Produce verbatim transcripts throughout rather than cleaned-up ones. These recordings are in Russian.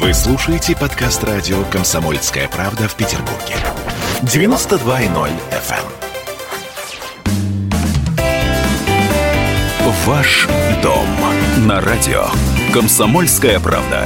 Вы слушаете подкаст радио «Комсомольская правда» в Петербурге. девяносто два и ноль эф эм. Ваш дом на радио «Комсомольская правда».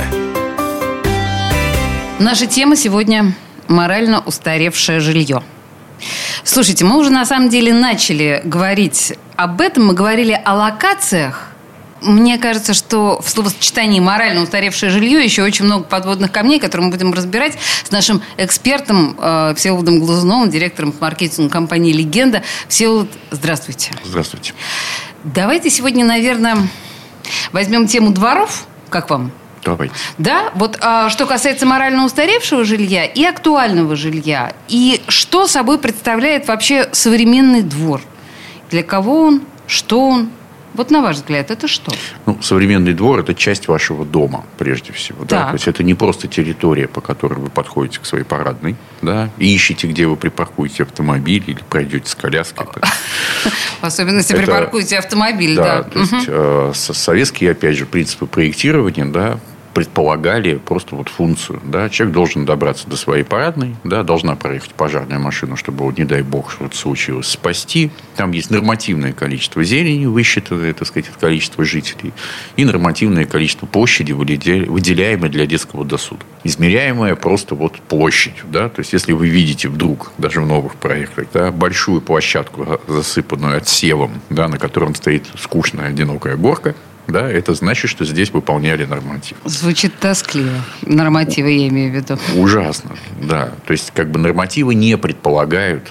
Наша тема сегодня – морально устаревшее жилье. Слушайте, мы уже на самом деле начали говорить об этом. Мы говорили о локациях. Мне кажется, что в словосочетании «морально устаревшее жилье» еще очень много подводных камней, которые мы будем разбирать с нашим экспертом э, Всеволодом Глазуновым, директором маркетинговой компании «Легенда». Всеволод, здравствуйте. Здравствуйте. Давайте сегодня, наверное, возьмем тему дворов. Как вам? Давайте. Да, вот а, что касается морально устаревшего жилья и актуального жилья, и что собой представляет вообще современный двор? Для кого он? Что он? Вот на ваш взгляд, это что? Ну, современный двор – это часть вашего дома, прежде всего. Да? То есть, это не просто территория, по которой вы подходите к своей парадной, да, и ищете, где вы припаркуете автомобиль или пройдете с коляской. Особенно, если припаркуете автомобиль, да. То есть, советские, опять же, принципы проектирования, да, предполагали просто вот функцию. Да? Человек должен добраться до своей парадной, да, должна проехать пожарная машина, чтобы, вот, не дай бог, что-то случилось, спасти. Там есть нормативное количество зелени, высчитанное, так сказать, количество жителей, и нормативное количество площади, выделяемой для детского досуга. Измеряемое просто вот площадью. Да? То есть, если вы видите вдруг, даже в новых проектах, да, большую площадку, засыпанную отсевом, да, на котором стоит скучная, одинокая горка, да, это значит, что здесь выполняли норматив. Звучит тоскливо. Нормативы я имею в виду. Ужасно, да. То есть, как бы нормативы не предполагают,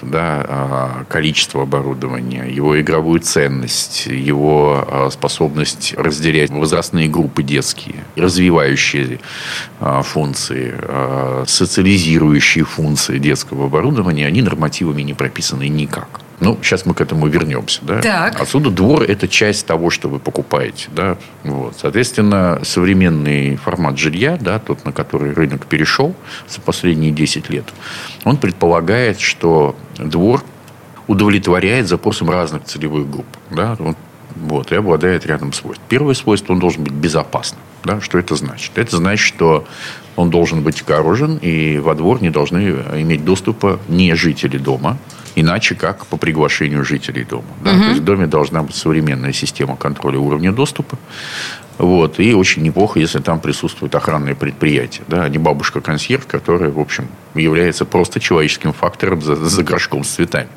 да, количество оборудования, его игровую ценность, его способность разделять возрастные группы детские, развивающие функции, социализирующие функции детского оборудования, они нормативами не прописаны никак. Ну, сейчас мы к этому вернемся. Да? Так. Отсюда двор – это часть того, что вы покупаете. Да? Вот. Соответственно, современный формат жилья, да, тот, на который рынок перешел за последние десять лет, он предполагает, что двор удовлетворяет запросам разных целевых групп. Да? Он, вот, и обладает рядом свойств. Первое свойство – он должен быть безопасным. Да? Что это значит? Это значит, что он должен быть огорожен, и во двор не должны иметь доступа не жители дома, иначе как по приглашению жителей дома. Да? Угу. То есть в доме должна быть современная система контроля уровня доступа. Вот. И очень неплохо, если там присутствует охранное предприятие, да? А не бабушка-консьерж, которая, в общем, является просто человеческим фактором за, за горшком с цветами.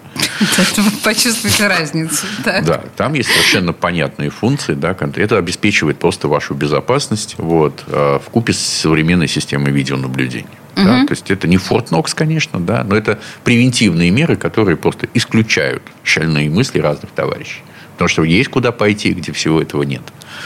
Вы почувствуете разницу. Да, там есть совершенно понятные функции. Да? Это обеспечивает просто вашу безопасность, вот, вкупе с современной системой видеонаблюдения. Uh-huh. Да? То есть, это не Форт Нокс, конечно, да, но это превентивные меры, которые просто исключают шальные мысли разных товарищей. Потому что есть куда пойти, где всего этого нет.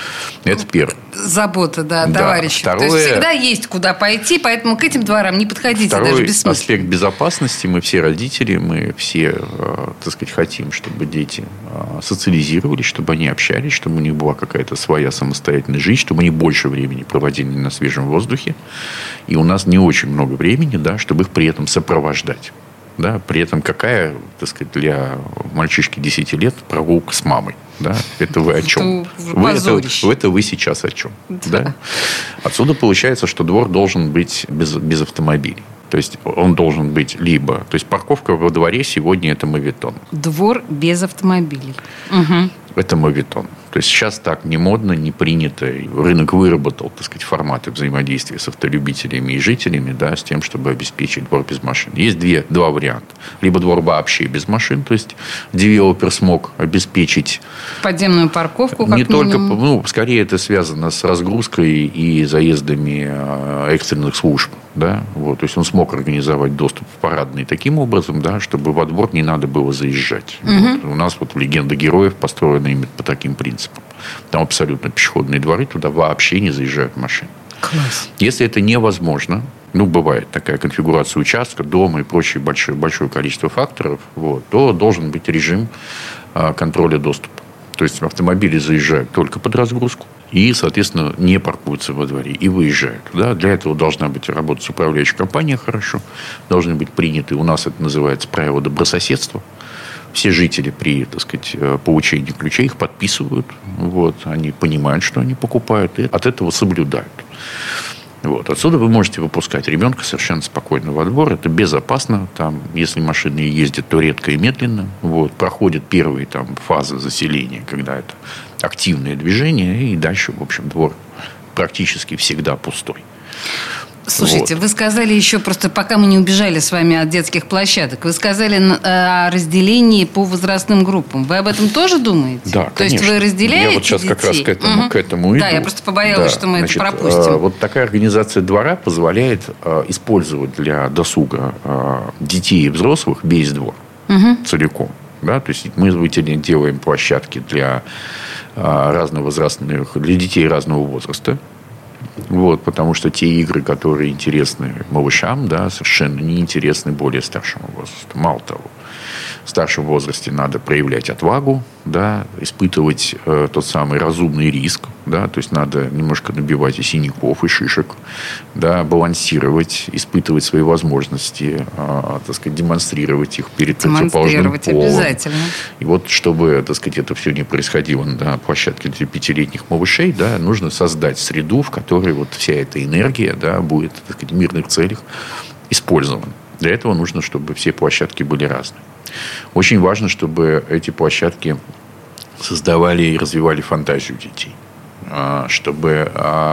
Это первое. Забота, да, да. товарищей. Второе... То есть, всегда есть куда пойти, поэтому к этим дворам не подходите. Второй даже бессмысленно. Аспект безопасности. Мы все родители, мы все, так сказать, хотим, чтобы дети социализировались, чтобы они общались, чтобы у них была какая-то своя самостоятельная жизнь, чтобы они больше времени проводили на свежем воздухе. И у нас не очень много времени, да, чтобы их при этом сопровождать. Да, при этом какая, так сказать, для мальчишки десяти лет прогулка с мамой? Да? Это вы о чем? Вы это, это вы сейчас о чем? Да. Да? Отсюда получается, что двор должен быть без, без автомобилей. То есть, он должен быть либо... То есть, парковка во дворе сегодня – это моветон. Двор без автомобилей. Угу. Это моветон. То есть, сейчас так не модно, не принято. Рынок выработал, так сказать, форматы взаимодействия с автолюбителями и жителями, да, с тем, чтобы обеспечить двор без машин. Есть две, два варианта. Либо двор вообще без машин, то есть, девелопер смог обеспечить... Подземную парковку, как Не минимум. только... Ну, скорее, это связано с разгрузкой и заездами экстренных служб. Да? Вот. То есть, он смог организовать доступ в парадный таким образом, да, чтобы во двор не надо было заезжать. Угу. Вот. У нас вот «Легенда героев» построена именно по таким принципам. Там абсолютно пешеходные дворы, туда вообще не заезжают машины. Класс. Если это невозможно, ну, бывает такая конфигурация участка, дома и прочее большое, большое количество факторов, вот, то должен быть режим а, контроля доступа. То есть, автомобили заезжают только под разгрузку и, соответственно, не паркуются во дворе и выезжают. Да? Для этого должна быть работать управляющая компания хорошо, должны быть приняты, у нас это называется правило добрососедства. Все жители при, так сказать, получении ключей их подписывают. Вот, они понимают, что они покупают, и от этого соблюдают. Вот. Отсюда вы можете выпускать ребенка совершенно спокойно во двор. Это безопасно. Там, если машины ездят, то редко и медленно. Вот. Проходят первые там, фазы заселения, когда это активное движение. И дальше, в общем, двор практически всегда пустой. Слушайте, вот. Вы сказали еще, просто пока мы не убежали с вами от детских площадок, вы сказали о разделении по возрастным группам. Вы об этом тоже думаете? Да, То конечно. есть вы разделяете Я вот сейчас детей? как раз к этому, угу. к этому иду. Да, я просто побоялась, да, что мы значит, это пропустим. Вот такая организация двора позволяет использовать для досуга детей и взрослых весь двор угу. целиком. Да? То есть мы делаем площадки для разных возрастных, для детей разного возраста. Вот, потому что те игры, которые интересны малышам, да, совершенно не интересны более старшему возрасту. Мало того, в старшем возрасте надо проявлять отвагу, да, испытывать э, тот самый разумный риск, да, то есть надо немножко набивать и синяков, и шишек, да, балансировать, испытывать свои возможности, э, так сказать, демонстрировать их перед противоположным полом. Обязательно. И вот, чтобы, так сказать, это все не происходило на площадке для пятилетних малышей, да, нужно создать среду, в которой вот вся эта энергия, да, будет, так сказать, в мирных целях использована. Для этого нужно, чтобы все площадки были разные. Очень важно, чтобы эти площадки создавали и развивали фантазию детей, чтобы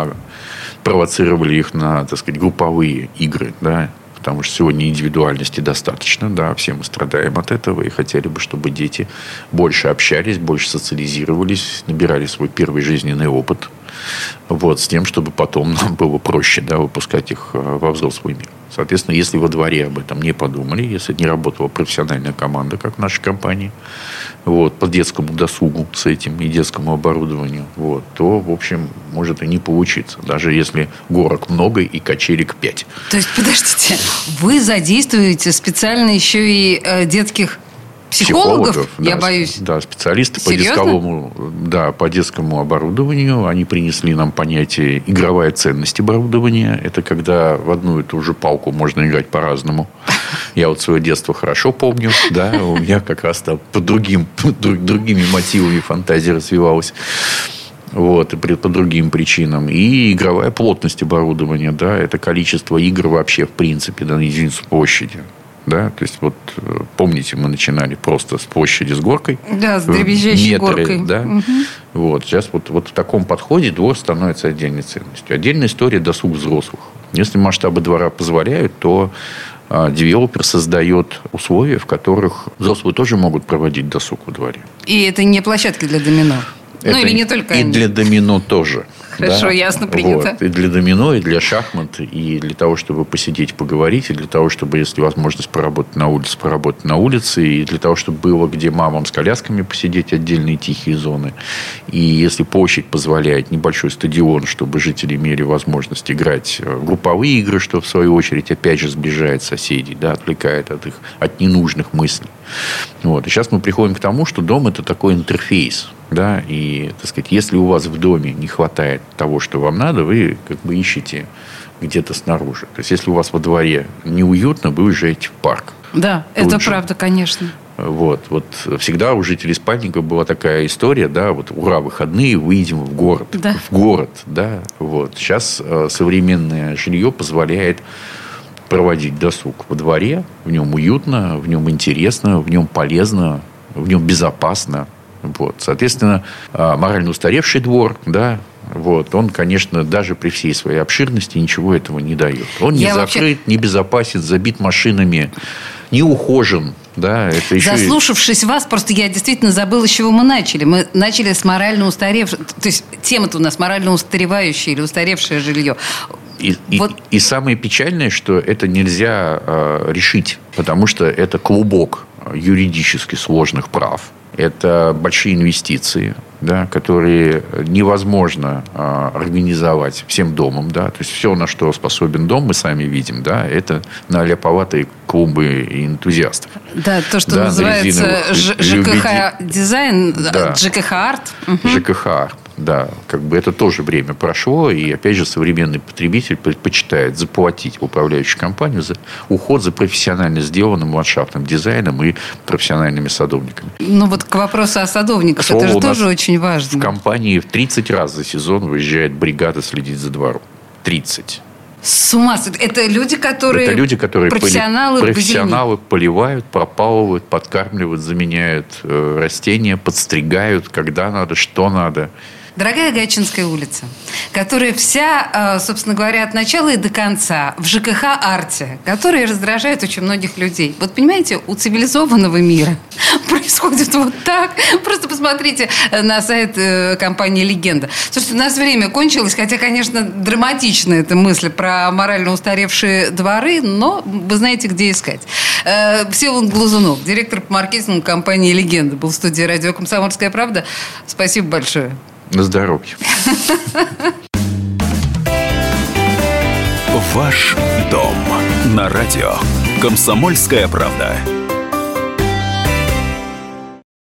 провоцировали их на, так сказать, групповые игры, да, потому что сегодня индивидуальности достаточно, да, все мы страдаем от этого и хотели бы, чтобы дети больше общались, больше социализировались, набирали свой первый жизненный опыт, вот, с тем, чтобы потом нам было проще, да, выпускать их во взрослый мир. Соответственно, если во дворе об этом не подумали, если не работала профессиональная команда, как в нашей компании, вот, по детскому досугу с этим и детскому оборудованию, вот, то, в общем, может и не получиться. Даже если горок много и качелек пять. То есть, подождите, вы задействуете специально еще и э, детских психологов, психологов я да, боюсь. Да, специалисты по Серьезно? дисковому, да, по детскому оборудованию. Они принесли нам понятие игровая ценность оборудования. Это когда в одну и ту же палку можно играть по-разному. Я вот свое детство хорошо помню. Да, у меня как раз там по другим, другими мотивами фантазия развивалась. Вот, и по другим причинам. И игровая плотность оборудования. Да, это количество игр вообще в принципе на единицу площади. Да, то есть, вот помните, мы начинали просто с площади с горкой. Да, с дребезжащей горкой. Да? Угу. Вот, сейчас вот, вот в таком подходе двор становится отдельной ценностью. Отдельная история досуг взрослых. Если масштабы двора позволяют, то а, девелопер создает условия, в которых взрослые тоже могут проводить досуг во дворе. И это не площадки для домино? Это ну, или не только и они? для домино тоже. Хорошо, да? ясно, принято. Вот. И для домино, и для шахмат, и для того, чтобы посидеть, поговорить, и для того, чтобы, если возможность поработать на улице, поработать на улице, и для того, чтобы было где мамам с колясками посидеть, отдельные тихие зоны. И если площадь позволяет, небольшой стадион, чтобы жители имели возможность играть в групповые игры, что, в свою очередь, опять же, сближает соседей, да, отвлекает от их, от ненужных мыслей. Вот. И сейчас мы приходим к тому, что дом – это такой интерфейс. Да, и, так сказать, если у вас в доме не хватает того, что вам надо, вы как бы ищете где-то снаружи. То есть, если у вас во дворе неуютно, вы уезжаете в парк. Да, Тут это же. Правда, конечно. Вот, вот всегда у жителей спальников была такая история, да, вот ура, выходные, выйдем в город. Да. В город, да. Вот. Сейчас э, современное жилье позволяет проводить досуг во дворе. В нем уютно, в нем интересно, в нем полезно, в нем безопасно. Вот. Соответственно, морально устаревший двор, да, вот, он, конечно, даже при всей своей обширности ничего этого не дает. Он не Я закрыт, вообще... не безопасен, забит машинами, не ухожен. Да, это еще Заслушавшись и... вас, просто я действительно забыла, с чего мы начали. Мы начали с морально устаревшего. То есть тема-то у нас морально устаревающее или устаревшее жилье. И, вот. и, и самое печальное, что это нельзя э, решить, потому что это клубок юридически сложных прав. Это большие инвестиции, да, которые невозможно а, организовать всем домом. Да. То есть, все, на что способен дом, мы сами видим, да, это на ляповатые клубы энтузиастов. Да, то, что да, называется ЖКХ-дизайн, да. ЖКХ-арт. Угу. ЖКХ-арт. Да, как бы это тоже время прошло, и опять же современный потребитель предпочитает заплатить в управляющую компанию за уход за профессионально сделанным ландшафтным дизайном и профессиональными садовниками. Ну вот к вопросу о садовниках, слову, это же тоже очень важно. В компании в тридцать раз за сезон выезжает бригада следить за двором. тридцать. С ума сойти. Это люди, которые... Это люди, которые профессионалы, поли... профессионалы поливают, пропалывают, подкармливают, заменяют э, растения, подстригают, когда надо, что надо. Дорогая Гатчинская улица, которая вся, собственно говоря, от начала и до конца в ЖКХ «Арте», которая раздражает очень многих людей. Вот понимаете, у цивилизованного мира происходит вот так. Просто посмотрите на сайт компании «Легенда». Слушайте, у нас время кончилось, хотя, конечно, драматичная эта мысль про морально устаревшие дворы, но вы знаете, где искать. Всеволод Глазунов, директор по маркетингу компании «Легенда», был в студии радио «Комсомольская правда». Спасибо большое. На здоровье. Ваш дом на радио «Комсомольская правда».